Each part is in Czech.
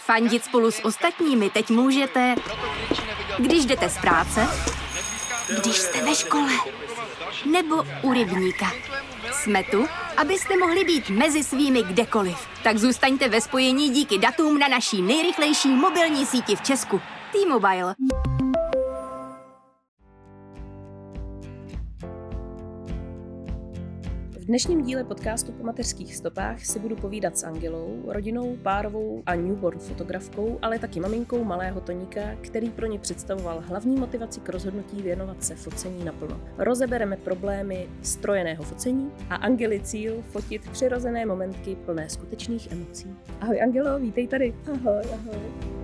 Fandit spolu s ostatními teď můžete, když jdete z práce, když jste ve škole, nebo u rybníka. Jsme tu, abyste mohli být mezi svými kdekoliv. Tak zůstaňte ve spojení díky datům na naší nejrychlejší mobilní síti v Česku. T-Mobile. V dnešním díle podcastu Po mateřských stopách si budu povídat s Angelou, rodinou, párovou a newborn fotografkou, ale taky maminkou malého Toníka, který pro ně představoval hlavní motivaci k rozhodnutí věnovat se focení naplno. Rozebereme problémy strojeného focení a Angely cíl fotit přirozené momentky plné skutečných emocí. Ahoj Angelo, vítej tady. Ahoj, ahoj.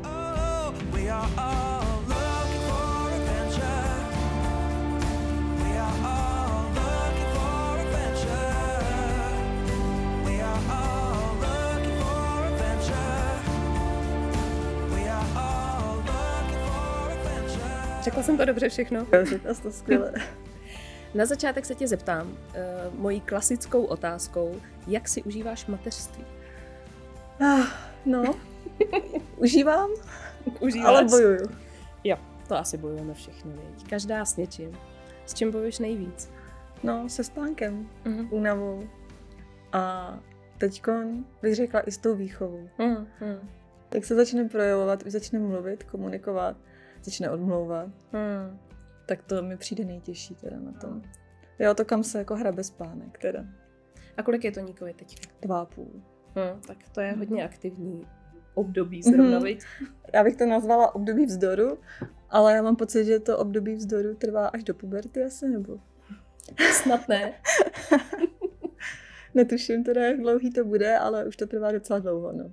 Řekla jsem to dobře všechno? Řekla jsi to skvěle. Na začátek se tě zeptám mojí klasickou otázkou, jak si užíváš mateřství? No, užívám, Užíváš? ale bojuju. Jo, to asi bojujeme všechny, věď. Každá s něčím. S čím bojuješ nejvíc? No, se spánkem, únavou. A teďkon bych řekla i s tou výchovou. Tak se začne projevovat, už začne mluvit, komunikovat, začne odmlouvat. Tak to mi přijde nejtěžší teda na tom. Jo, to kam se jako hrabe spánek teda. A kolik je to Toníkovi teďka? 2,5. Tak to je hodně aktivní období zrovna, viď? Já bych to nazvala období vzdoru, ale já mám pocit, že to období vzdoru trvá až do puberty asi, nebo? Snad ne. Netuším teda, jak dlouhý to bude, ale už to trvá docela dlouho, no.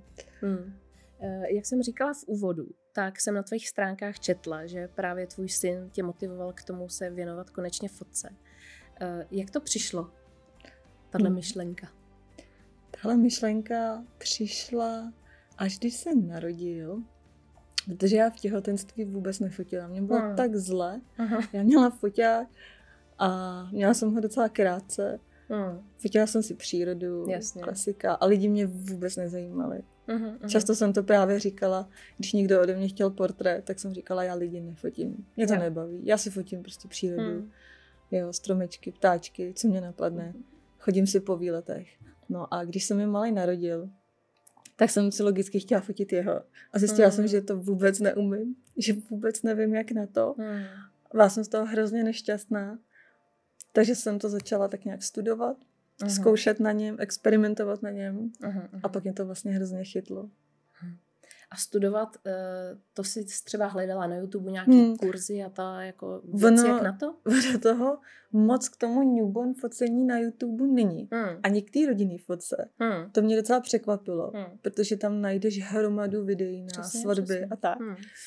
Jak jsem říkala v úvodu, tak jsem na tvých stránkách četla, že právě tvůj syn tě motivoval k tomu se věnovat konečně fotce. Jak to přišlo, tahle myšlenka? Tahle myšlenka přišla, až když jsem narodil, protože já v těhotenství vůbec nefotila. Mně bylo tak zle. Já měla foťák a měla jsem ho docela krátce. Fotila jsem si přírodu, Jasně. Klasika a lidi mě vůbec nezajímali. Často jsem to právě říkala, když někdo ode mě chtěl portrét, tak jsem říkala, já lidi nefotím. Mě to nebaví. Já si fotím prostě přírodu. Jo, stromečky, ptáčky, co mě napadne. Chodím si po výletech. No a když se mi malej narodil, tak jsem si logicky chtěla fotit jeho. A zjistila jsem, že to vůbec neumím. Že vůbec nevím, jak na to. Byla jsem z toho hrozně nešťastná. Takže jsem to začala tak nějak studovat, zkoušet na něm, experimentovat na něm. A pak mě to vlastně hrozně chytlo. A studovat, to si třeba hledala na YouTube nějaký kurzy a ta jako věc, jak na to? Do toho moc k tomu newborn focení na YouTube není. Ani k té rodinné fotce. To mě docela překvapilo, protože tam najdeš hromadu videí na svatby a tak.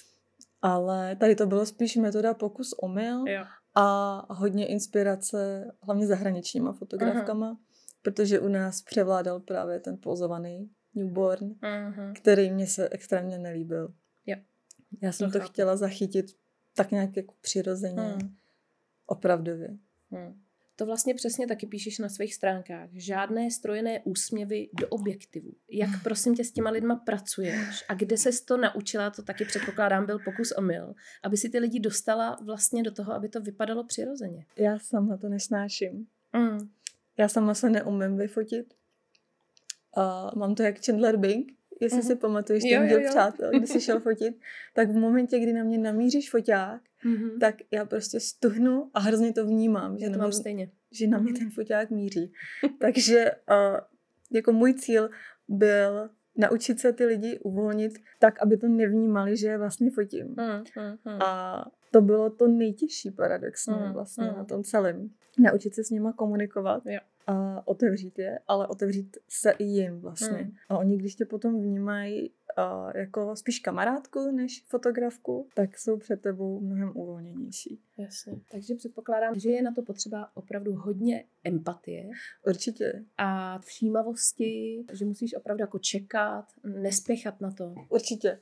Ale tady to bylo spíš metoda pokus omyl a hodně inspirace, hlavně zahraničníma fotografkama, protože u nás převládal právě ten pozovaný newborn, který mě se extrémně nelíbil. Já jsem to chtěla zachytit tak nějak jako přirozeně, opravdově. To vlastně přesně taky píšeš na svých stránkách. Žádné strojené úsměvy do objektivu. Jak prosím tě s těma lidma pracuješ? A kde ses to naučila, to taky předpokládám byl pokus omyl, aby si ty lidi dostala vlastně do toho, aby to vypadalo přirozeně. Já sama to nesnáším. Já sama se neumím vyfotit. Mám to jak Chandler Bing, jestli si pamatuješ ten díl Přátel, kdy jsi šel fotit, tak v momentě, kdy na mě namíříš foťák, tak já prostě stuhnu a hrozně to vnímám, že na mě ten foťák míří. Takže jako můj cíl byl naučit se ty lidi uvolnit tak, aby to nevnímali, že je vlastně fotím. A to bylo to nejtěžší paradoxně vlastně na tom celém. Naučit se s nima komunikovat. A otevřít je, ale otevřít se i jim vlastně. A oni, když tě potom vnímají jako spíš kamarádku než fotografku, tak jsou před tebou mnohem uvolněnější. Jasně. Takže předpokládám, že je na to potřeba opravdu hodně empatie. Určitě. A všímavosti, že musíš opravdu jako čekat, nespěchat na to. Určitě.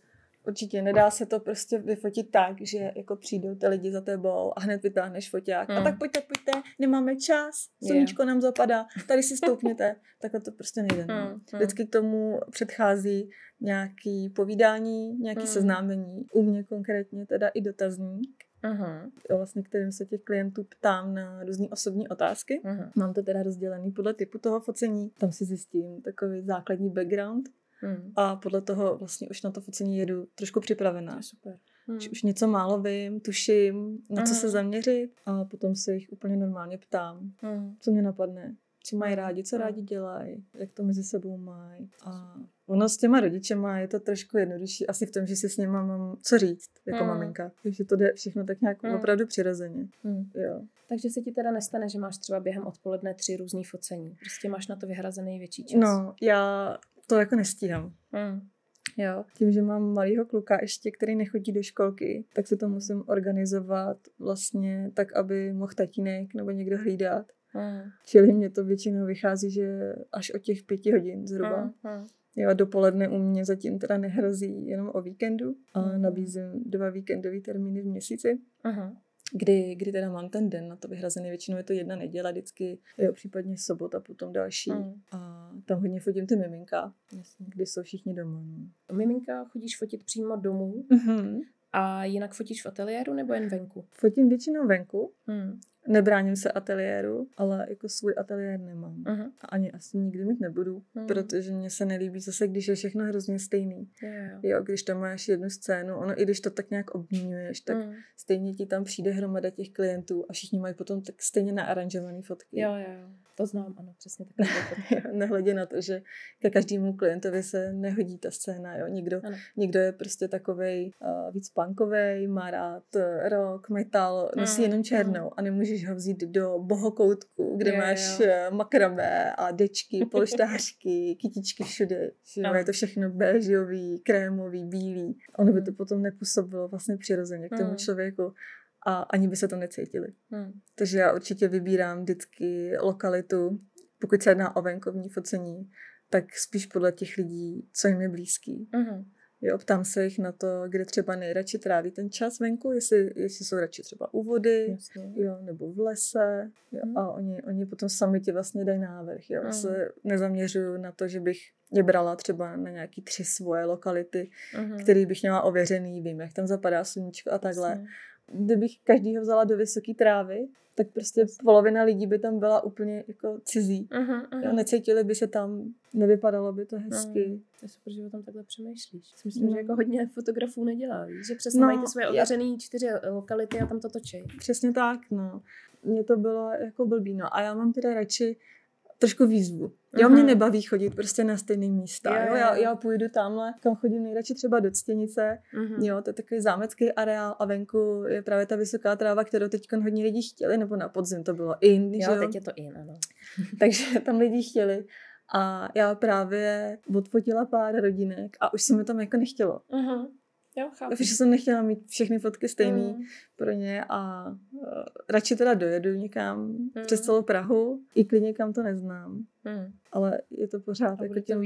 Určitě nedá se to prostě vyfotit tak, že jako přijdou ty lidi za tebou a hned vytáhneš foťák. A tak pojďte, nemáme čas, sluníčko nám zapadá, tady si stoupněte. Takhle to prostě nejde. Vždycky k tomu předchází nějaký povídání, nějaký seznámení. U mě konkrétně teda i dotazník. Vlastně kterým se těch klientů ptám na různé osobní otázky. Mám to teda rozdělený podle typu toho focení. Tam si zjistím takový základní background a podle toho vlastně už na to focení jedu trošku připravená. To je super. Už něco málo vím, tuším, na co se zaměřit a potom se jich úplně normálně ptám, co mě napadne, co mají rádi, co rádi dělají, jak to mezi sebou mají. A ono s těma rodičema je to trošku jednodušší asi v tom, že si s nima mám co říct jako maminka. Takže to jde všechno tak nějak opravdu přirozeně. Jo. Takže se ti teda nestane, že máš třeba během odpoledne 3 různý focení. Prostě máš na to vyhrazený větší čas. No, já to jako nestíhám. Jo. Tím, že mám malýho kluka ještě, který nechodí do školky, tak si to musím organizovat vlastně tak, aby mohl tatínek nebo někdo hlídat. Čili mě to většinou vychází, že až od těch 5 hodin zhruba. Jo, dopoledne u mě zatím teda nehrozí jenom o víkendu a nabízím 2 víkendové termíny v měsíci. Kdy teda mám ten den na to vyhrazený. Většinou je to 1 neděle vždycky, jo, případně sobota, potom další. A tam hodně fotím ty miminka, kdy jsou všichni doma. Miminka chodíš fotit přímo domů? A jinak fotíš v ateliéru nebo jen venku? Fotím většinou venku. Nebráním se ateliéru, ale jako svůj ateliér nemám. A ani asi nikdy mít nebudu, protože mně se nelíbí zase, když je všechno hrozně stejný. Jo, když tam máš jednu scénu, ono i když to tak nějak obměňuješ, tak stejně ti tam přijde hromada těch klientů a všichni mají potom tak stejně naaranžované fotky. Jo. To znám, ano, přesně takové fotky. Nehledě na to, že ke každému klientovi se nehodí ta scéna, jo. Někdo je prostě takovej víc punkovej, má rád rock, metal, nosí jenom černou a nemůžeš ho vzít do bohokoutku, kde máš makramé a dečky, polštářky, kytičky všude. Je to všechno béžový, krémový, bílý. Ono by to potom nepůsobilo vlastně přirozeně k tomu člověku. A ani by se to necítili. Takže já určitě vybírám vždycky lokalitu, pokud se jedná o venkovní focení, tak spíš podle těch lidí, co jim je blízký. Jo, ptám se jich na to, kde třeba nejradši tráví ten čas venku, jestli jsou radši třeba u vody, jo, nebo v lese. Jo, a oni potom sami ti vlastně dají návrh. Jo. Já se nezaměřuju na to, že bych je brala třeba na nějaký 3 svoje lokality, který bych měla ověřený, vím, jak tam zapadá sluníčko a takhle. Kdybych každýho vzala do vysoké trávy, tak prostě polovina lidí by tam byla úplně jako cizí. Jo, necítili by se tam, nevypadalo by to hezky. To je super, že o tom takhle přemýšlíš. Myslím, že jako hodně fotografů nedělá, víš? Že přesně mají ty svoje ověřený 4 lokality a tam to točí. Přesně tak, no. Mně to bylo jako blbý, no. A já mám teda radši trošku výzvu. Jo, mě nebaví chodit prostě na stejné místa. Jo. Já půjdu tamhle, kam chodím nejradši třeba do Ctěnice. Jo, to je takový zámecký areál a venku je právě ta vysoká tráva, kterou teď hodně lidí chtěli, nebo na podzim to bylo in. Jo, teď je to in, ano. Takže tam lidi chtěli. A já právě odfotila pár rodinek a už se mi tam jako nechtělo. Jo, chápu. Protože jsem nechtěla mít všechny fotky stejný pro ně a radši teda dojedu někam přes celou Prahu, i klidně kam to neznám. Ale je to pořád jako těm,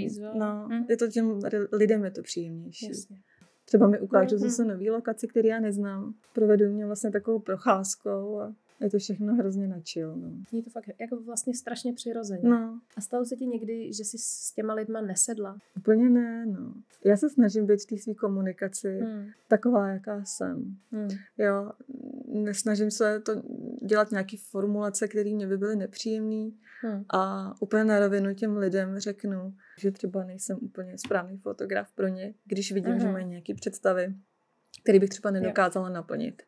je to těm lidem je to příjemnější. Jasně. Třeba mi ukážu zase nový lokaci, který já neznám. Provedu mě vlastně takovou procházkou a je to všechno hrozně na chill. No. Je to fakt jako vlastně strašně přirozeně. No. A stalo se ti někdy, že jsi s těma lidma nesedla? Úplně ne, no. Já se snažím být v té své komunikaci taková, jaká jsem. Jo, nesnažím se to dělat nějaký formulace, které mě by byly nepříjemné a úplně na rovinu těm lidem řeknu, že třeba nejsem úplně správný fotograf pro ně, když vidím, že mají nějaké představy, které bych třeba nedokázala naplnit.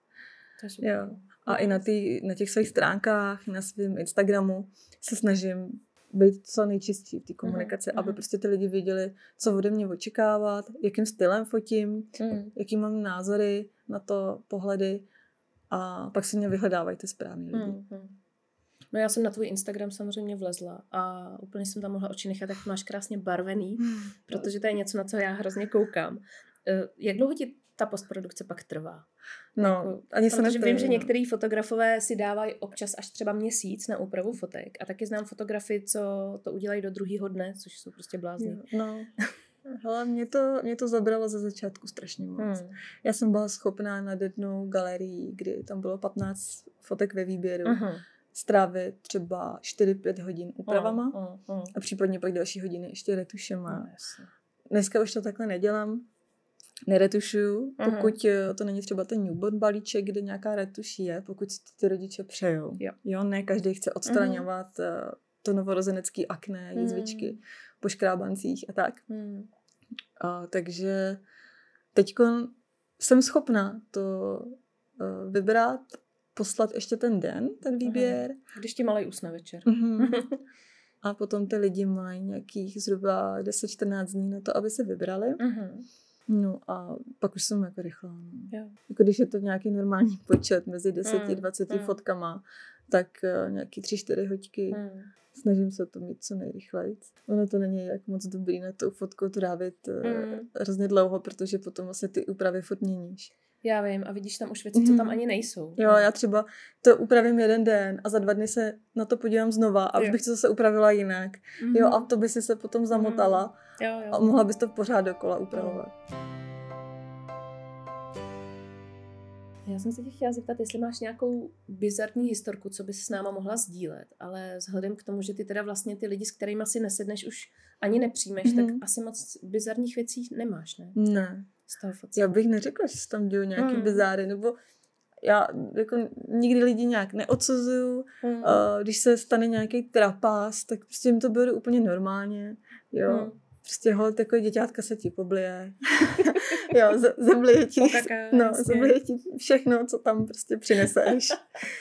Jo. A i na těch svých stránkách, na svém Instagramu se snažím být co nejčistší v té komunikaci, aby prostě ty lidi věděli, co ode mě očekávat, jakým stylem fotím, jaký mám názory na to, pohledy a pak si mě vyhledávají ty správný lidi. No já jsem na tvůj Instagram samozřejmě vlezla a úplně jsem tam mohla oči nechat, jak máš krásně barvený, protože to je něco, na co já hrozně koukám. Jak dlouho ti ta postprodukce pak trvá? No, jako, ani se protože vím, že některý fotografové si dávají občas až třeba měsíc na úpravu fotek a taky znám fotografy, co to udělají do druhého dne, což jsou prostě blázni. No. Hele, mě to zabralo ze začátku strašně moc. Já jsem byla schopná nad jednou galerii, kdy tam bylo 15 fotek ve výběru, strávit třeba 4-5 hodin úpravama a případně pak další hodiny ještě retušema. Dneska už to takhle nedělám. Neretušuju, pokud to není třeba ten newborn balíček, kde nějaká retuš je, pokud si ty rodiče přejou. Jo, ne každý chce odstraňovat to novorozenecký akné, jizvičky po škrábancích a tak. Takže teďko jsem schopná to vybrat, poslat ještě ten den, ten výběr. Když ti malej usne večer. A potom ty lidi mají nějakých zhruba 10-14 dní na to, aby se vybrali. No a pak už jsem jako rychlá. No. Jako když je to nějaký normální počet mezi 10-20 fotkama, tak nějaký 3-4 hoďky. Snažím se to mít co nejrychleji. Ono to není jak moc dobrý na tou fotku trávit hrozně dlouho, protože potom vlastně ty úpravy furt měníš. Já vím, a vidíš tam už věci, co tam ani nejsou. Jo, já třeba to upravím jeden den a za 2 dny se na to podívám znova a už bych to zase upravila jinak. Jo, a to by si se potom zamotala a mohla bys to pořád dokola upravovat. Já jsem se tě chtěla zeptat, jestli máš nějakou bizarní historku, co bys s náma mohla sdílet, ale vzhledem k tomu, že ty teda vlastně ty lidi, s kterými si nesedneš, už ani nepřijmeš, tak asi moc bizarních věcí nemáš, ne? Ne. Já bych neřekla, že se tam dějou nějaký bizáry, nebo já jako nikdy lidi nějak neodsuzuju, když se stane nějaký trapás, tak prostě jim to beru úplně normálně, jo. Prostě holt, jako děťátka se ti poblije. Jo, zeblije ti všechno, co tam prostě přineseš.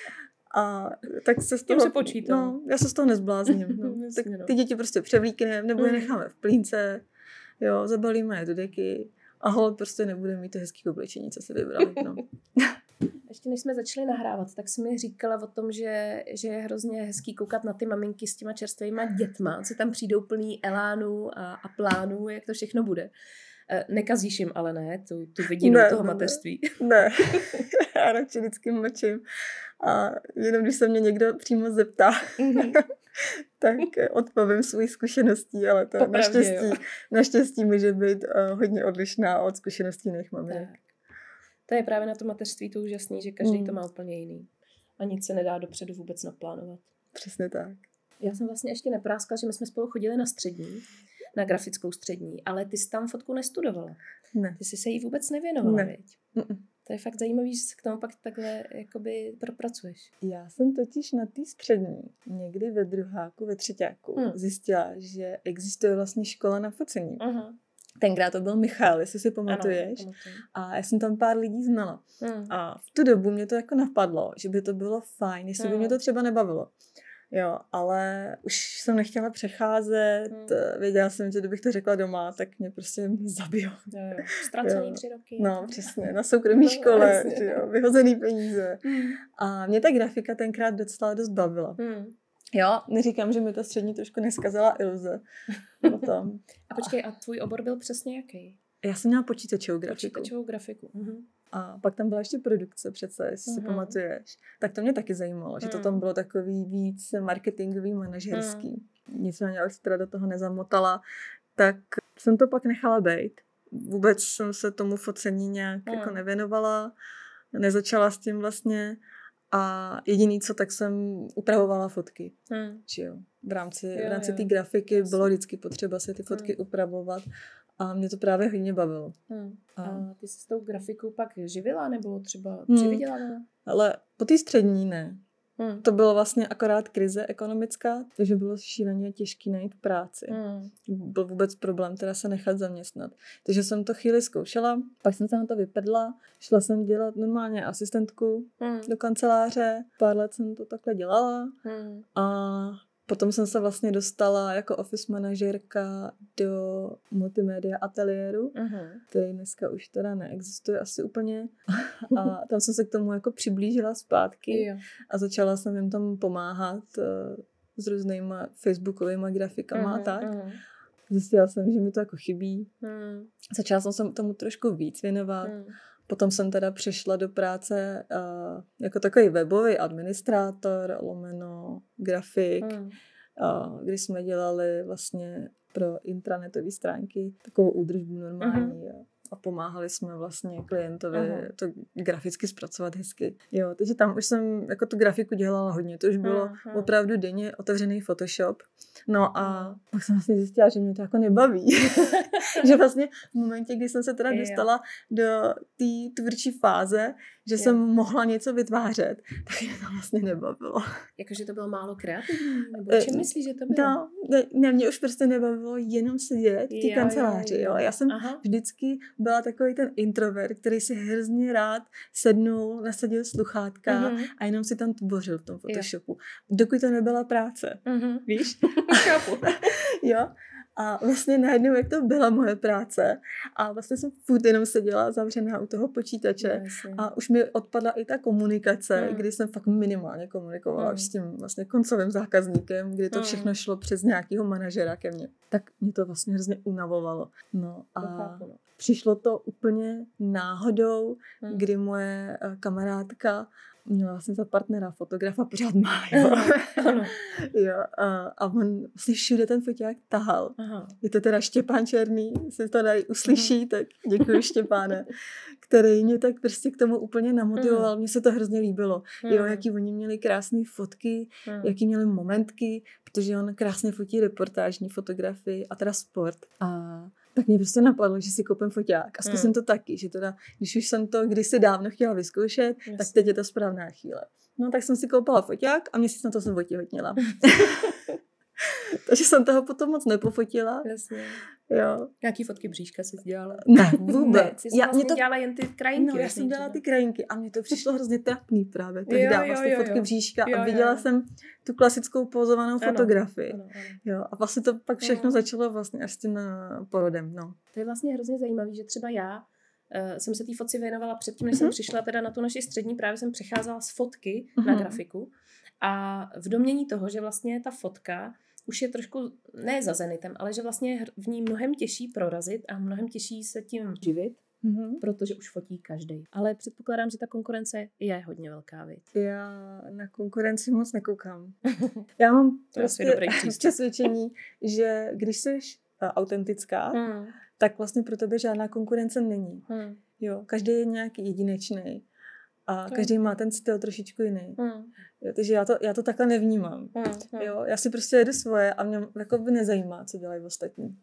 A tak se z toho... já se z toho nezblázním. Tak ty děti prostě převlíkneme, nebo je necháme v plínce, jo, zabalíme je do deky a holt prostě nebude mít to hezký oblečení, co se vybrali. No. Ještě než jsme začali nahrávat, tak jsi mi říkala o tom, že je hrozně hezký koukat na ty maminky s těma čerstvýma dětma, co tam přijdou plný elánu a plánů, jak to všechno bude. Nekazíš jim ale ne, tu vidinu toho mateřství. Ne, já radši vždycky mlčím. A jenom když se mě někdo přímo zeptá, tak odpovím svoji zkušeností, ale to naštěstí může být hodně odlišná od zkušeností jiných maminek. To je právě na to mateřství to úžasný, že každý to má úplně jiný. A nic se nedá dopředu vůbec naplánovat. Přesně tak. Já jsem vlastně ještě nepráskala, že my jsme spolu chodili na střední, na grafickou střední, ale ty jsi tam fotku nestudovala. Ne. Ty jsi se jí vůbec nevěnovala, viď? To je fakt zajímavý, že se k tomu pak takhle jakoby propracuješ. Já jsem totiž na té střední někdy ve druháku, ve třeťáku zjistila, že existuje vlastně škola na focení. Tenkrát to byl Michal, jestli si pamatuješ. Ano, a já jsem tam pár lidí znala. A v tu dobu mě to jako napadlo, že by to bylo fajn, jestli by mě to třeba nebavilo. Jo, ale už jsem nechtěla přecházet, věděla jsem, že kdybych to řekla doma, tak mě prostě zabijou. Ztracený 3 roky. No, přesně, na soukromé škole, že jo, vyhozený peníze. A mě ta grafika tenkrát docela dost bavila. Jo, neříkám, že mi ta střední trošku neskazila iluze. Potom. A počkej, a tvůj obor byl přesně jaký? Já jsem měla počítačovou grafiku. Počítačovou grafiku. A pak tam byla ještě produkce přece, jestli si pamatuješ. Tak to mě taky zajímalo, že to tam bylo takový víc marketingový, manažerský. Nicméně, ale se teda do toho nezamotala, tak jsem to pak nechala bejt. Vůbec jsem se tomu focení nějak jako nevěnovala, nezačala s tím vlastně. A jediný co, tak jsem upravovala fotky. Že jo. V rámci té grafiky bylo vždycky potřeba se ty fotky upravovat. A mě to právě hodně bavilo. A ty jsi s tou grafikou pak živila nebo třeba přivydělávala? Ale po té střední ne. To bylo vlastně akorát krize ekonomická, takže bylo šíleně těžké najít práci. Byl vůbec problém teda se nechat zaměstnat. Takže jsem to chvíli zkoušela, pak jsem se na to vypadla, šla jsem dělat normálně asistentku do kanceláře, pár let jsem to takhle dělala a potom jsem se vlastně dostala jako office manažerka do multimédia ateliéru, který dneska už teda neexistuje asi úplně. A tam jsem se k tomu jako přiblížila zpátky a začala jsem jim tam pomáhat s různýma facebookovými grafikama a tak. Zjistila jsem, že mi to jako chybí. Začala jsem se tomu trošku víc věnovat. Potom jsem teda přešla do práce jako takový webový administrátor, /grafik, kdy jsme dělali vlastně pro intranetové stránky takovou údržbu normální. A pomáhali jsme vlastně klientovi to graficky zpracovat hezky. Jo, takže tam už jsem jako tu grafiku dělala hodně. To už bylo opravdu denně otevřený Photoshop. No a pak jsem vlastně zjistila, že mě to jako nebaví. Že vlastně v momentě, kdy jsem se teda dostala do té tvrdší fáze, že jsem mohla něco vytvářet, tak mě to vlastně nebavilo. Jakože to bylo málo kreativní? Nebo čím myslíš, že to bylo? No, ne, mě už prostě nebavilo jenom sedět v té kanceláři. Jo. Já jsem vždycky byla takový ten introvert, který si hrozně rád sednul, nasadil sluchátka a jenom si tam tvořil v tom Photoshopu. Dokud to nebyla práce. Víš? Chápu. Jo. A vlastně najednou, jak to byla moje práce a vlastně jsem furt jenom seděla zavřená u toho počítače a už mi odpadla i ta komunikace, kdy jsem fakt minimálně komunikovala už s tím vlastně koncovým zákazníkem, kdy to všechno šlo přes nějakého manažera ke mně. Tak mě to vlastně hrozně unavovalo. No a přišlo to úplně náhodou, kdy moje kamarádka měla vlastně za partnera fotografa, pořád má, jo. A on vlastně všude ten foťák tahal. Je to teda Štěpán Černý, si to tady uslyší, tak děkuji Štěpáne, který mě tak prostě k tomu úplně namotivoval. Mně se to hrozně líbilo. Jo, jaký oni měli krásné fotky, jaký měli momentky, protože on krásně fotí reportážní fotografii a teda sport. A tak mě prostě napadlo, že si koupím foťák a zkusím to taky, že teda, když už jsem to kdysi dávno chtěla vyzkoušet, tak teď je to správná chvíle. No tak jsem si koupila foťák a měsíc na to jsem otěhotněla. Takže jsem toho potom moc nepofotila. Jasně. Jo. Jaký fotky bříška jsi dělala? Ne, vůbec. Ne, jsi vlastně dělala jen ty krajinky. No, já jsem dělala ty krajinky a mně to přišlo hrozně trapný právě. Tak vlastně fotky bříška a viděla jsem tu klasickou pozovanou fotografii. Ano. Jo, a vlastně to pak všechno začalo vlastně až s tím porodem. No. To je vlastně hrozně zajímavé, že třeba já jsem se té fotce věnovala předtím, než jsem přišla teda na tu naši střední, právě jsem přecházela z fotky na grafiku a v domění toho, že vlastně ta fotka už je trošku, ne za zenitem, ale že vlastně je v ní mnohem těžší prorazit a mnohem těžší se tím živit, protože už fotí každej. Ale předpokládám, že ta konkurence je hodně velká, viď? Já na konkurenci moc nekoukám. Já mám prostě přesvědčení, že když jsi autentická, tak vlastně pro tebe žádná konkurence není. Jo, každý je nějaký jedinečný. A každý má ten styl trošičku jiný. Jo, takže já to takhle nevnímám. Jo, já si prostě jedu svoje a mě jako by nezajímá, co dělají ostatní.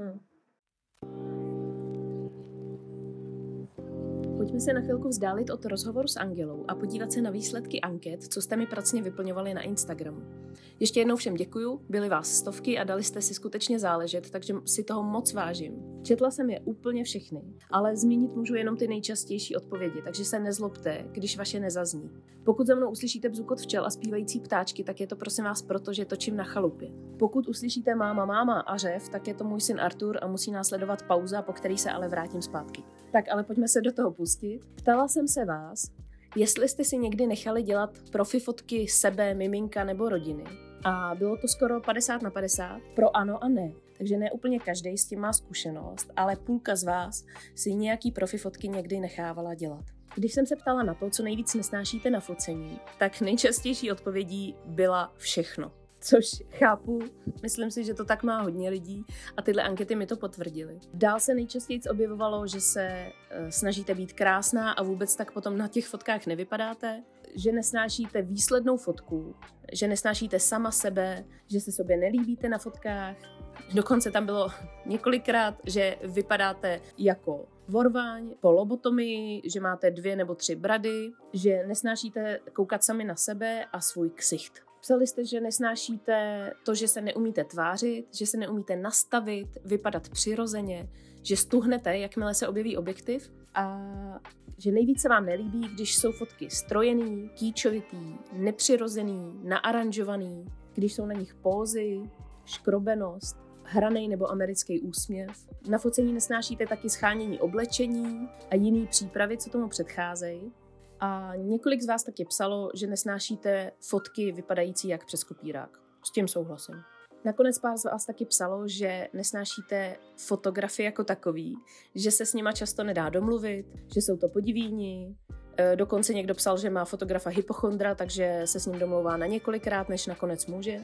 Pojďme se na chvilku vzdálit od rozhovoru s Angelou a podívat se na výsledky anket, co jste mi pracně vyplňovali na Instagramu. Ještě jednou všem děkuju, byly vás stovky a dali jste si skutečně záležet, takže si toho moc vážím. Četla jsem je úplně všechny, ale zmínit můžu jenom ty nejčastější odpovědi, takže se nezlobte, když vaše nezazní. Pokud za mnou uslyšíte bzukot včel a zpívající ptáčky, tak je to prosím vás proto, že točím na chalupě. Pokud uslyšíte máma a řev, tak je to můj syn Artur a musí následovat pauza, po který se ale vrátím zpátky. Tak ale pojďme se do toho pustit. Ptala jsem se vás, jestli jste si někdy nechali dělat profi fotky sebe, miminka nebo rodiny. A bylo to skoro 50/50, pro ano a ne. Takže ne úplně každý s tím má zkušenost, ale půlka z vás si nějaký profi fotky někdy nechávala dělat. Když jsem se ptala na to, co nejvíc nesnášíte na focení, tak nejčastější odpovědí byla všechno. Což chápu, myslím si, že to tak má hodně lidí a tyhle ankety mi to potvrdily. Dál se nejčastěji objevovalo, že se snažíte být krásná a vůbec tak potom na těch fotkách nevypadáte, že nesnášíte výslednou fotku, že nesnášíte sama sebe, že se sobě nelíbíte na fotkách. Dokonce tam bylo několikrát, že vypadáte jako vorváň, po lobotomii, že máte 2 nebo 3 brady, že nesnášíte koukat sami na sebe a svůj ksicht. Psali jste, že nesnášíte to, že se neumíte tvářit, že se neumíte nastavit, vypadat přirozeně, že stuhnete, jakmile se objeví objektiv a že nejvíce vám nelíbí, když jsou fotky strojený, kýčovitý, nepřirozený, naaranžovaný, když jsou na nich pózy, škrobenost, hranej nebo americký úsměv. Na focení nesnášíte taky schánění oblečení a jiný přípravy, co tomu předcházejí. A několik z vás taky psalo, že nesnášíte fotky vypadající jak přes kopírák. S tím souhlasím. Nakonec pár z vás taky psalo, že nesnášíte fotografie jako takový, že se s nima často nedá domluvit, že jsou to podivíni. Dokonce někdo psal, že má fotografa hypochondra, takže se s ním domlouvá na několikrát, než nakonec může.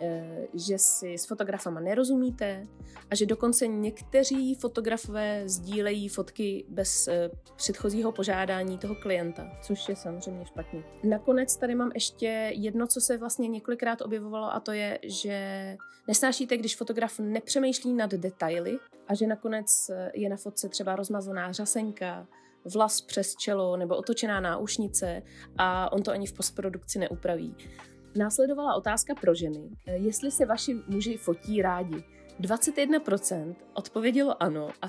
že si s fotografama nerozumíte a že dokonce někteří fotografové sdílejí fotky bez předchozího požádání toho klienta, což je samozřejmě špatně. Nakonec tady mám ještě jedno, co se vlastně několikrát objevovalo, a to je, že nesnášíte, když fotograf nepřemýšlí nad detaily a že nakonec je na fotce třeba rozmazaná řasenka, vlas přes čelo nebo otočená náušnice a on to ani v postprodukci neupraví. Následovala otázka pro ženy, jestli se vaši muži fotí rádi. 21% odpovědělo ano a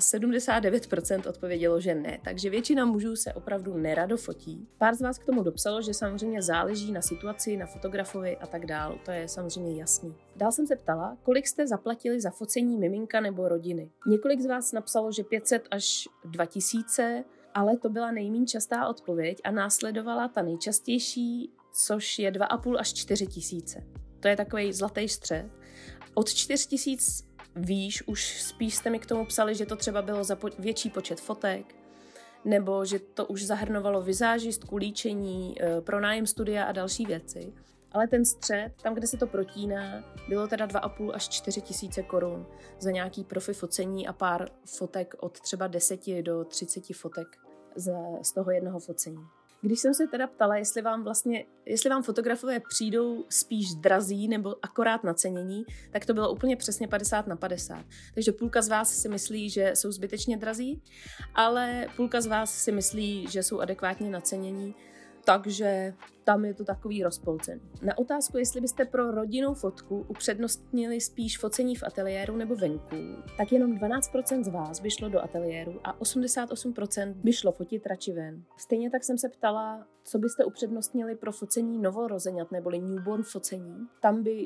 79% odpovědělo, že ne, takže většina mužů se opravdu nerado fotí. Pár z vás k tomu dopsalo, že samozřejmě záleží na situaci, na fotografovi a tak dál, to je samozřejmě jasný. Dál jsem se ptala, kolik jste zaplatili za focení miminka nebo rodiny. Několik z vás napsalo, že 500 až 2000, ale to byla nejméně častá odpověď a následovala ta nejčastější, což je 2,5 až 4 tisíce. To je takový zlatý střed. Od 4 tisíc výš už spíš jste mi k tomu psali, že to třeba bylo za větší počet fotek, nebo že to už zahrnovalo vizážistku, líčení, pronájem studia a další věci. Ale ten střed, tam, kde se to protíná, bylo teda 2,5 až 4 tisíce korun za nějaký profi focení a pár fotek od třeba 10 do 30 fotek z toho jednoho focení. Když jsem se teda ptala, jestli vám fotografové přijdou spíš drazí nebo akorát nacenění, tak to bylo úplně přesně 50/50. Takže půlka z vás si myslí, že jsou zbytečně drazí, ale půlka z vás si myslí, že jsou adekvátně nacenění, takže tam je to takový rozpolcený. Na otázku, jestli byste pro rodinnou fotku upřednostnili spíš focení v ateliéru nebo venku, tak jenom 12% z vás by šlo do ateliéru a 88% by šlo fotit radši ven. Stejně tak jsem se ptala, co byste upřednostnili pro focení novorozenat neboli newborn focení. Tam by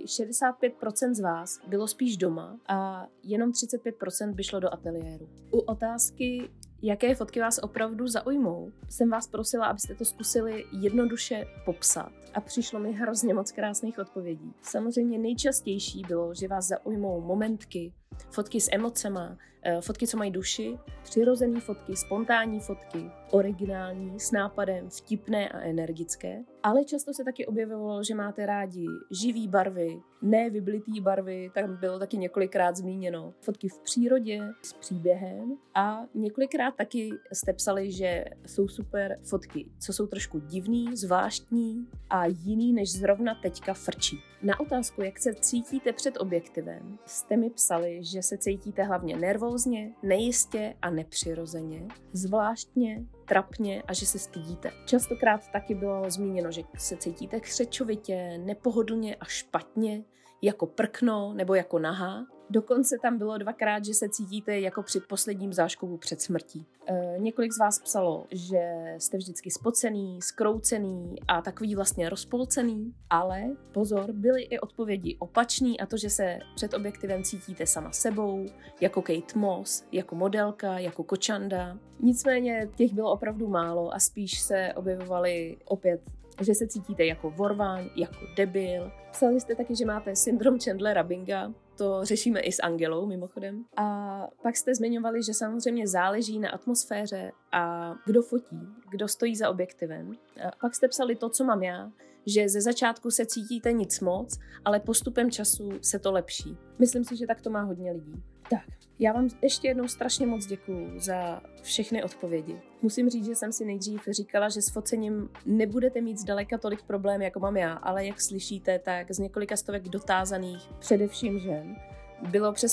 65% z vás bylo spíš doma a jenom 35% by šlo do ateliéru. U otázky, jaké fotky vás opravdu zaujmou, jsem vás prosila, abyste to zkusili jednoduše popsat a přišlo mi hrozně moc krásných odpovědí. Samozřejmě nejčastější bylo, že vás zaujmou momentky, fotky s emocema, fotky, co mají duši, přirozené fotky, spontánní fotky, originální, s nápadem, vtipné a energické. Ale často se taky objevovalo, že máte rádi živý barvy, ne vyblitý barvy, tak bylo taky několikrát zmíněno. Fotky v přírodě s příběhem a několikrát taky jste psali, že jsou super fotky, co jsou trošku divný, zvláštní a jiný, než zrovna teďka frčí. Na otázku, jak se cítíte před objektivem, jste mi psali, že se cítíte hlavně nervózně, nejistě a nepřirozeně, zvláštně, trapně a že se stydíte. Častokrát taky bylo zmíněno, že se cítíte křečovitě, nepohodlně a špatně, jako prkno nebo jako nahá. Dokonce tam bylo 2krát, že se cítíte jako při posledním záškovu před smrtí. Několik z vás psalo, že jste vždycky spocený, zkroucený a takový vlastně rozpolcený, ale pozor, byly i odpovědi opačný a to, že se před objektivem cítíte sama sebou, jako Kate Moss, jako modelka, jako kočanda. Nicméně těch bylo opravdu málo a spíš se objevovaly opět, že se cítíte jako vorvan, jako debil. Psali jste taky, že máte syndrom Chandlera Binga, to řešíme i s Angelou mimochodem. A pak jste zmiňovali, že samozřejmě záleží na atmosféře a kdo fotí, kdo stojí za objektivem. A pak jste psali to, co mám já, že ze začátku se cítíte nic moc, ale postupem času se to lepší. Myslím si, že tak to má hodně lidí. Tak, já vám ještě jednou strašně moc děkuju za všechny odpovědi. Musím říct, že jsem si nejdřív říkala, že s focením nebudete mít zdaleka tolik problém, jako mám já, ale jak slyšíte, tak z několika stovek dotázaných, především žen, bylo přes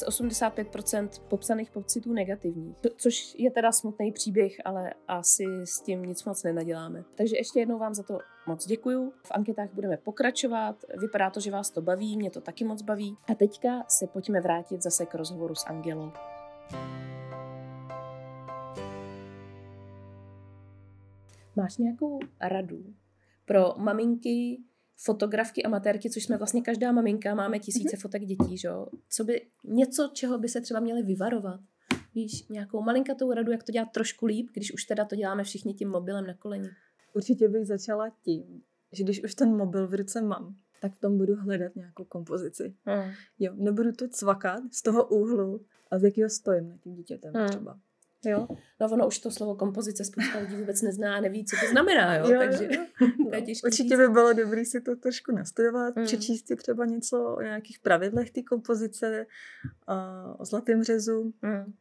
85% popsaných pocitů negativních, což je teda smutný příběh, ale asi s tím nic moc nenaděláme. Takže ještě jednou vám za to moc děkuju. V anketách budeme pokračovat, vypadá to, že vás to baví, mě to taky moc baví. A teďka se pojďme vrátit zase k rozhovoru s Angelou. Máš nějakou radu pro maminky, fotografky, amatérky, což jsme vlastně každá maminka, máme tisíce fotek dětí, že jo? Co by, něco, čeho by se třeba měli vyvarovat? Víš, nějakou malinkatou radu, jak to dělat trošku líp, když už teda to děláme všichni tím mobilem na koleni? Určitě bych začala tím, že když už ten mobil v ruce mám, tak v tom budu hledat nějakou kompozici. Jo, nebudu to cvakat z toho úhlu, a z jakého stojím nad tím dítětem třeba. Jo. No ono už to slovo kompozice spousta lidí vůbec nezná a neví, co to znamená, jo. Takže to je těžký. Určitě by bylo dobré si to trošku nastudovat, přečíst si třeba něco o nějakých pravidlech té kompozice, o zlatém řezu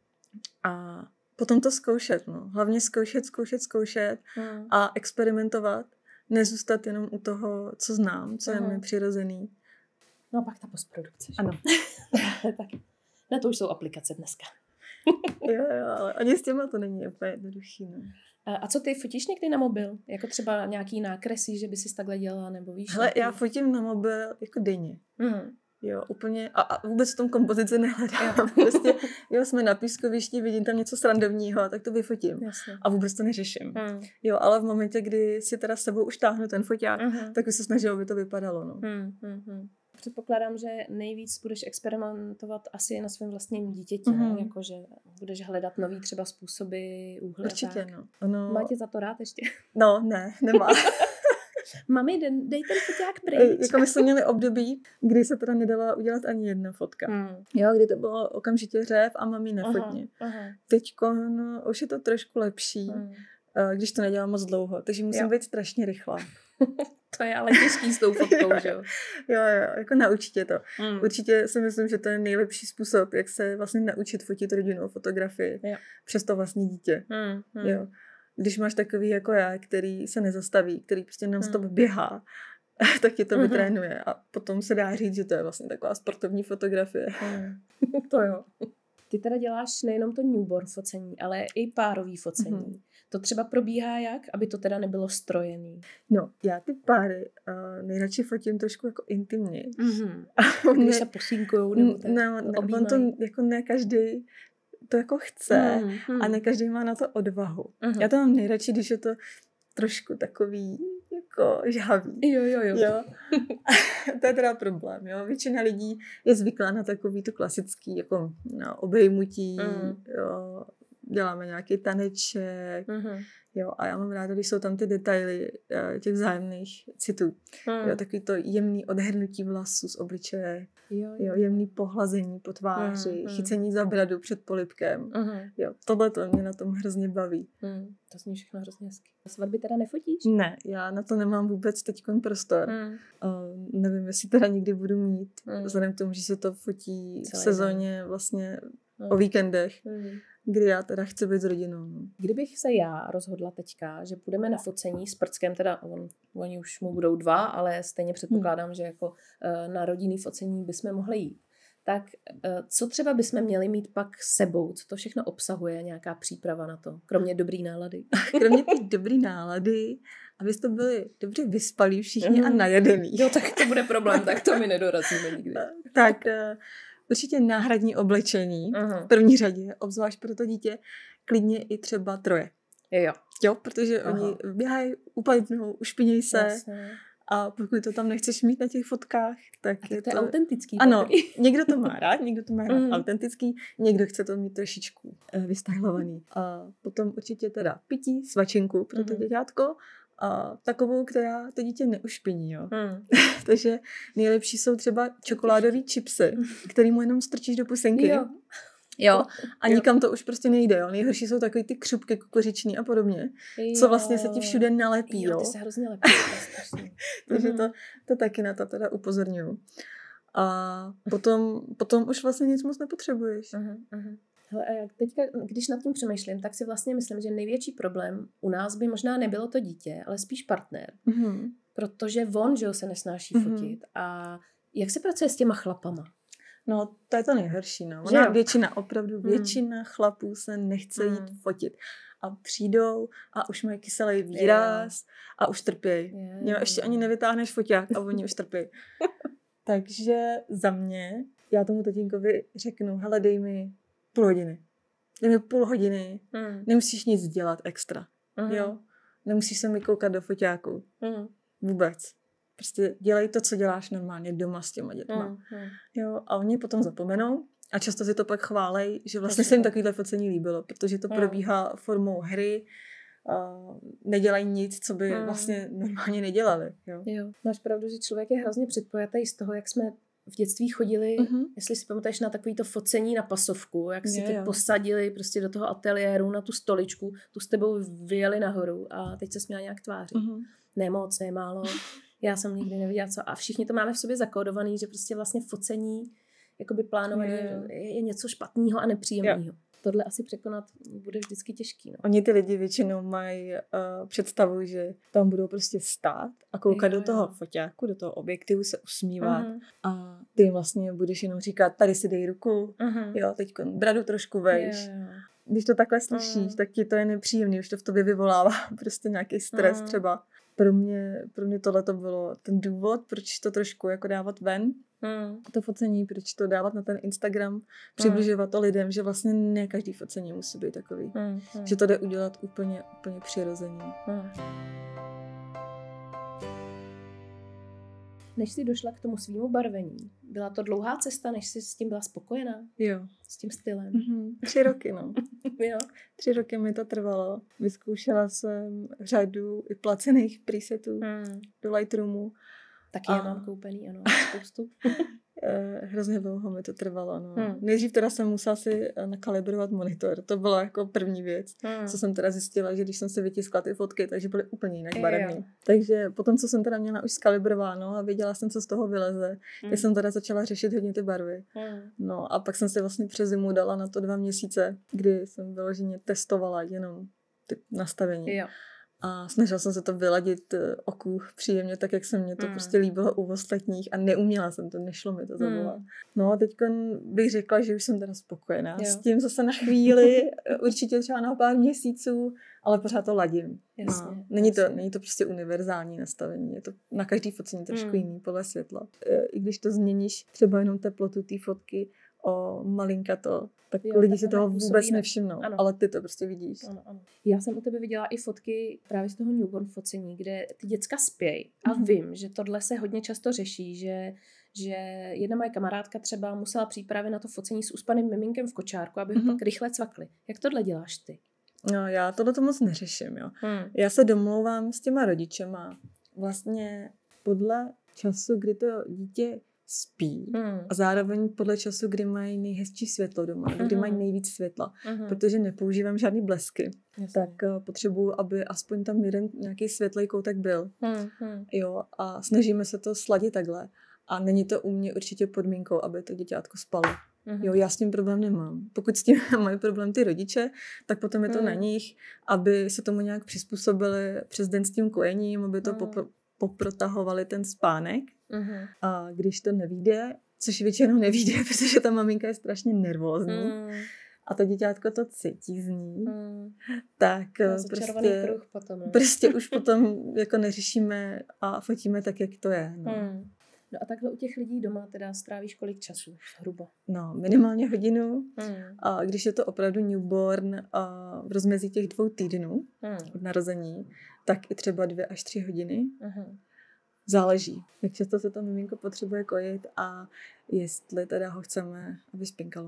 a potom to zkoušet. No. Hlavně zkoušet a experimentovat. Nezůstat jenom u toho, co znám, co je mi přirozený. No a pak ta postprodukce. Ano. Tak. No to už jsou aplikace dneska. jo, ale ani s těma to není úplně jednoduchý. No. A co ty, fotíš někdy na mobil? Jako třeba nějaký nákresy, že by si takhle dělala, nebo víš? Hele, já fotím na mobil jako denně. Jo, úplně. A vůbec v tom kompozici nehledám. Prostě, jsme na pískovišti, vidím tam něco srandovního, tak to vyfotím. Jasně. A vůbec to neřeším. Jo, ale v momentě, kdy si teda s sebou už táhnu ten foťák, tak bych se snažila, aby to vypadalo. No. Předpokládám, že nejvíc budeš experimentovat asi na svém vlastním dítěti, jakože budeš hledat nový třeba způsoby, úhly. Určitě, no. Ono... Má tě za to rád ještě? No, ne, nemá. Mami, dej ten foťák pryč. Jako my jsme měli období, kdy se teda nedala udělat ani jedna fotka. Jo, kdy to bylo okamžitě řev a mami nefotně. Teďko už je to trošku lepší, když to nedělám moc dlouho, takže musím být strašně rychlá. To je ale těžký s tou fotkou, že jo? Jo, jako naučit tě to. Určitě si myslím, že to je nejlepší způsob, jak se vlastně naučit fotit rodinnou fotografii přes to vlastní dítě. Jo. Když máš takový jako já, který se nezastaví, který prostě non-stop běhá, tak tě to vytrénuje a potom se dá říct, že to je vlastně taková sportovní fotografie. To jo. Ty teda děláš nejenom to newborn focení, ale i párový focení. To třeba probíhá jak, aby to teda nebylo strojený? No, já ty páry nejradši fotím trošku jako intimně. Když se posínkujou nebo tak on to jako ne každý to jako chce a ne každý má na to odvahu. Já to mám nejradši, když je to trošku takový jako žhavý. Jo. To je teda problém, jo. Většina lidí je zvyklá na takový to klasický jako na obejmutí, jo. Děláme nějaký taneček, jo, a já mám ráda, když jsou tam ty detaily těch vzájemných citů. Jo, takový to jemný odhrnutí vlasů z obličeje, jo, jemný pohlazení po tváři, chycení za bradu před polibkem. Jo, tohle to mě na tom hrozně baví. To zní všechno hrozně hezky. Svatby teda nefotíš? Ne, já na to nemám vůbec teďkon prostor. Nevím, jestli teda nikdy budu mít, vzhledem k tomu, že se to fotí v sezóně vlastně o víkendech. Kdy já teda chci být s rodinou. No. Kdybych se já rozhodla teďka, že půjdeme na focení s prckem, teda oni už mu budou 2, ale stejně předpokládám, že jako na rodinný focení bychom mohli jít. Tak co třeba bychom měli mít pak s sebou? Co to všechno obsahuje? Nějaká příprava na to? Kromě dobrý nálady. Kromě té dobrý nálady, abyste byli dobře vyspalí všichni a najedený. Jo, tak to bude problém, tak to my nedorazíme nikdy. Tak... Určitě náhradní oblečení v první řadě, obzvlášť pro to dítě, klidně i třeba 3. Jo, protože oni běhají, upadnou, ušpinějí se. Jasně. A pokud to tam nechceš mít na těch fotkách, tak je to autentický. Ano, někdo to má rád, někdo to má rád autentický, někdo chce to mít trošičku vystylovaný. A potom určitě teda pití, svačinku pro to děťátko, a takovou, která to dítě neušpiní, jo. Takže nejlepší jsou třeba čokoládové chipsy, který mu jenom strčíš do pusenky. Jo. A nikam to už prostě nejde, jo. Nejhorší jsou takový ty křupky kukuřiční a podobně, co vlastně se ti všude nalepí, jo. Ty se hrozně lepí. Takže to taky na to teda upozorňuju. A potom už vlastně nic moc nepotřebuješ. Hele, a jak teďka, když nad tím přemýšlím, tak si vlastně myslím, že největší problém u nás by možná nebylo to dítě, ale spíš partner. Protože on, že se nesnáší fotit. A jak se pracuje s těma chlapama? No, to je to nejhorší, no. Většina chlapů se nechce jít fotit. A přijdou a už mají kyselý výraz a už trpějí. Ještě ani nevytáhneš foťák a oni už trpějí. Takže za mě, já tomu tatínkovi řeknu, hele, dej mi půl hodiny, nemusíš nic dělat extra, jo? Nemusíš se mi koukat do foťáku. Vůbec. Prostě dělej to, co děláš normálně doma s těma dětma. Jo? A oni potom zapomenou a často si to pak chválej, že vlastně se jim takovýhle focení líbilo, protože to probíhá formou hry, nedělají nic, co by vlastně normálně nedělali. Jo? Máš pravdu, že člověk je hrozně předpojatý z toho, jak jsme v dětství chodili, jestli si pamatuješ na takovýto focení na pasovku, jak si tě posadili prostě do toho ateliéru na tu stoličku, tu s tebou vyjeli nahoru a teď se směla nějak tvářit. Ne moc, ne málo. Já jsem nikdy neviděla co. A všichni to máme v sobě zakódovaný, že prostě vlastně focení, jakoby plánovaný je něco špatného a nepříjemného. Tohle asi překonat bude vždycky těžký. No. Oni ty lidi většinou mají představu, že tam budou prostě stát a koukat do toho foťáku, do toho objektivu, se usmívat a ty jim vlastně budeš jenom říkat, tady si dej ruku, jo, teď bradu trošku vejš. Když to takhle slyšíš, tak ti to je nepříjemný, už to v tobě vyvolává prostě nějaký stres třeba. Pro mě tohle to bylo ten důvod, proč to trošku jako dávat ven, to focení, proč to dávat na ten Instagram, přibližovat to lidem, že vlastně ne každý focení musí být takový. Že to jde udělat úplně přirozeně. Než jsi došla k tomu svýmu barvení, byla to dlouhá cesta, než jsi s tím byla spokojená? Jo. S tím stylem? 3 roky, no. Jo. 3 roky mi to trvalo. Vyzkoušela jsem řadu i placených presetů do Lightroomu. Taky je mám koupený, ano, spoustu. Hrozně dlouho mi to trvalo, no. Nejdřív teda jsem musela si nakalibrovat monitor. To byla jako první věc, co jsem teda zjistila, že když jsem si vytiskla ty fotky, takže byly úplně jinak barevný. Takže potom, co jsem teda měla už skalibrováno a věděla jsem, co z toho vyleze, tak jsem teda začala řešit hodně ty barvy. No a pak jsem si vlastně přes zimu dala na to 2 měsíce, kdy jsem vyloženě testovala jenom ty nastavení. Jo. A snažila jsem se to vyladit oku příjemně, tak jak se mně to prostě líbilo u ostatních a neuměla jsem to, nešlo mi to zavolat. No a teď bych řekla, že už jsem teda spokojená s tím zase na chvíli, určitě třeba na pár měsíců, ale pořád to ladím. Jasně, no. Není to prostě univerzální nastavení, je to na každý focení trošku jiný podle světla. I když to změníš třeba jenom teplotu té fotky o malinkato, tak lidi si toho vůbec nevšimnou, ale ty to prostě vidíš. Ano. Já jsem u tebe viděla i fotky právě z toho newborn focení, kde ty děcka spějí a vím, že tohle se hodně často řeší, že jedna moje kamarádka třeba musela přípravy na to focení s uspaným miminkem v kočárku, aby ho pak rychle cvakli. Jak tohle děláš ty? No, já tohle to moc neřeším, jo. Já se domlouvám s těma rodičema vlastně podle času, kdy to dítě spí a zároveň podle času, kdy mají nejhezčí světlo doma, kdy mají nejvíc světla, protože nepoužívám žádný blesky. Jasně. Tak potřebuju, aby aspoň tam jeden nějaký světlej koutek byl. Jo, a snažíme se to sladit takhle. A není to u mě určitě podmínkou, aby to děťátko spalo. Jo, já s tím problém nemám. Pokud s tím mají problém ty rodiče, tak potom je to na nich, aby se tomu nějak přizpůsobili přes den s tím kojením, aby to poprotahovali ten spánek. A když to nevyjde, což většinou nevyjde, protože ta maminka je strašně nervózní a to děťátko to cítí z ní, tak prostě už potom jako neřešíme a fotíme tak, jak to je. No a takhle u těch lidí doma teda strávíš kolik času zhruba? No, minimálně hodinu. A když je to opravdu newborn v rozmezí těch 2 týdnů od narození, tak i třeba 2 až 3 hodiny. Záleží, jak často se to miminko potřebuje kojit a jestli teda ho chceme, aby spinkalo.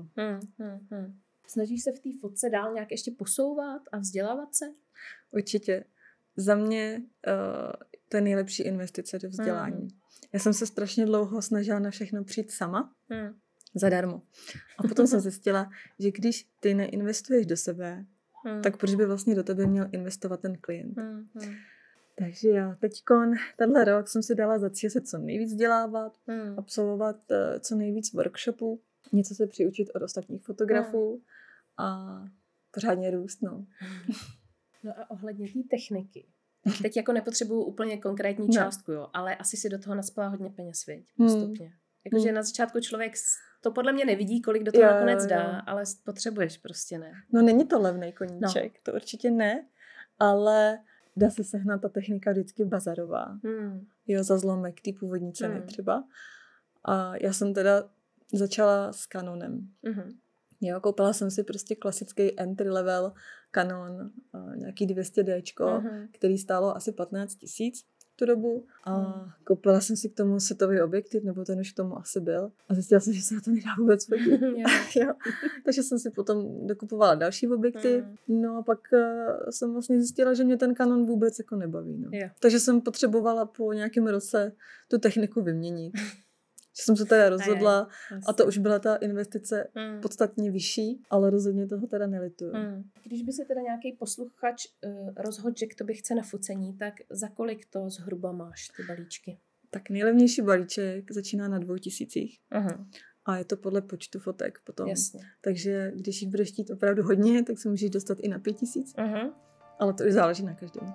Snažíš se v té fotce dál nějak ještě posouvat a vzdělávat se? Určitě. Za mě to je nejlepší investice do vzdělání. Já jsem se strašně dlouho snažila na všechno přijít sama, zadarmo. A potom jsem zjistila, že když ty neinvestuješ do sebe, tak proč by vlastně do tebe měl investovat ten klient? Takže já tenhle rok jsem si dala za cíl se co nejvíc vzdělávat, absolvovat co nejvíc workshopů, něco se přiučit od ostatních fotografů a pořádně růst, no. No a ohledně té techniky. Teď jako nepotřebuju úplně konkrétní částku, jo, ale asi si do toho naspala hodně peněz, viď, postupně. Jakože na začátku člověk to podle mě nevidí, kolik do toho nakonec dá, ale potřebuješ prostě, ne? No není to levnej koníček, to určitě ne, ale dá se sehnat ta technika vždycky bazarová. Jo, za zlomek té původní ceny třeba. A já jsem teda začala s Canonem. Jo, koupila jsem si prostě klasický entry level Canon, nějaký 200D, který stálo asi 15 000 tu dobu. A koupila jsem si k tomu setový objektiv, nebo ten už k tomu asi byl. A zjistila jsem, že se na to nedá vůbec fotit. Jo. Takže jsem si potom dokupovala další objektiv. No a pak jsem vlastně zjistila, že mě ten Canon vůbec jako nebaví. No. Takže jsem potřebovala po nějakém roce tu techniku vyměnit. Že jsem se teda rozhodla a to už byla ta investice podstatně vyšší, ale rozhodně toho teda nelituju. Když by se teda nějaký posluchač rozhodl, že k tobě chce na focení, tak za kolik to zhruba máš ty balíčky? Tak nejlevnější balíček začíná na 2000. A je to podle počtu fotek potom. Jasně. Takže když jich budeš chtít opravdu hodně, tak se můžeš dostat i na 5000. Ale to už záleží na každém.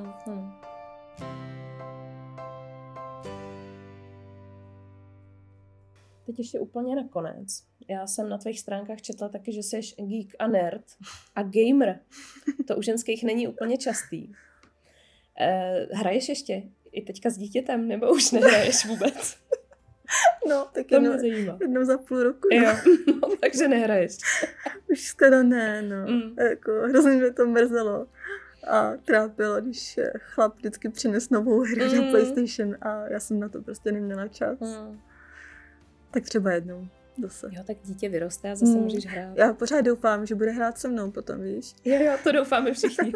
Teď ještě úplně nakonec. Já jsem na tvých stránkách četla taky, že jsi geek a nerd a gamer. To u ženských není úplně častý. Hraješ ještě i teďka s dítětem, nebo už nehraješ vůbec? No, tak jednou za půl roku. Jo, no, takže nehraješ. Už skoro ne, no. Jako, hrozně mě to mrzelo. A trápilo, když chlap vždycky přines novou hru na PlayStation a já jsem na to prostě neměla čas. Tak třeba jednou zase. Jo, tak dítě vyroste a zase můžeš hrát. Já pořád doufám, že bude hrát se mnou potom, víš? Jo, to doufáme všichni.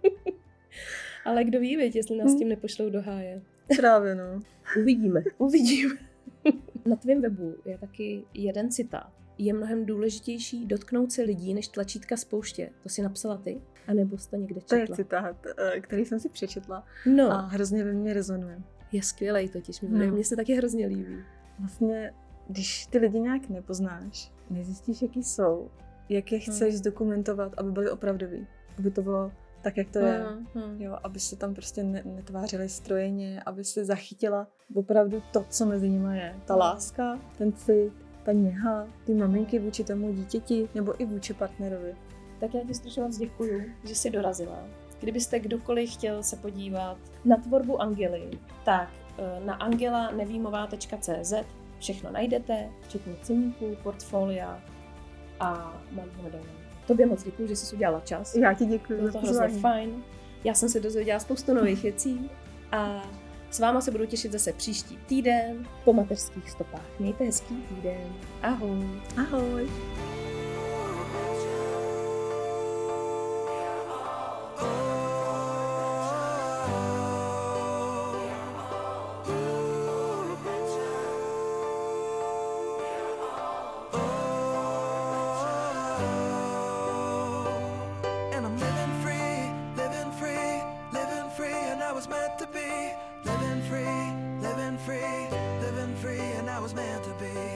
Ale kdo ví, věď, jestli nás tím nepošlou do háje. Právě, no. Uvidíme. Na tvém webu je taky jeden citát. Je mnohem důležitější dotknout se lidí, než tlačítka spouště. To si napsala ty? A nebo jsi to někde četla? To je citát, který jsem si přečetla a hrozně ve mně rezonuje. Je skvělej totiž, mně se taky hrozně líbí. Vlastně, když ty lidi nějak nepoznáš, nezjistíš, jaký jsou, jak je chceš zdokumentovat, aby byly opravdový. Aby to bylo tak, jak to je. Jo, aby se tam prostě netvářily strojeně, aby se zachytila opravdu to, co mezi nimi je. Ta láska, ten cit, ta něha, ty maminky vůči tomu dítěti, nebo i vůči partnerovi. Tak já ti strašně moc děkuju, že jsi dorazila. Kdybyste kdokoliv chtěl se podívat na tvorbu Angely, tak na angelanevímová.cz všechno najdete, včetně ceníků, portfolia a mám hledanou. Tobě moc děkuju, že jsi udělala čas. Já ti děkuju. Bylo to hrozně fajn. Já jsem se dozvěděla spoustu nových věcí a s váma se budu těšit zase příští týden po mateřských stopách. Mějte hezký týden. Ahoj. Ahoj. Living free, and I was meant to be.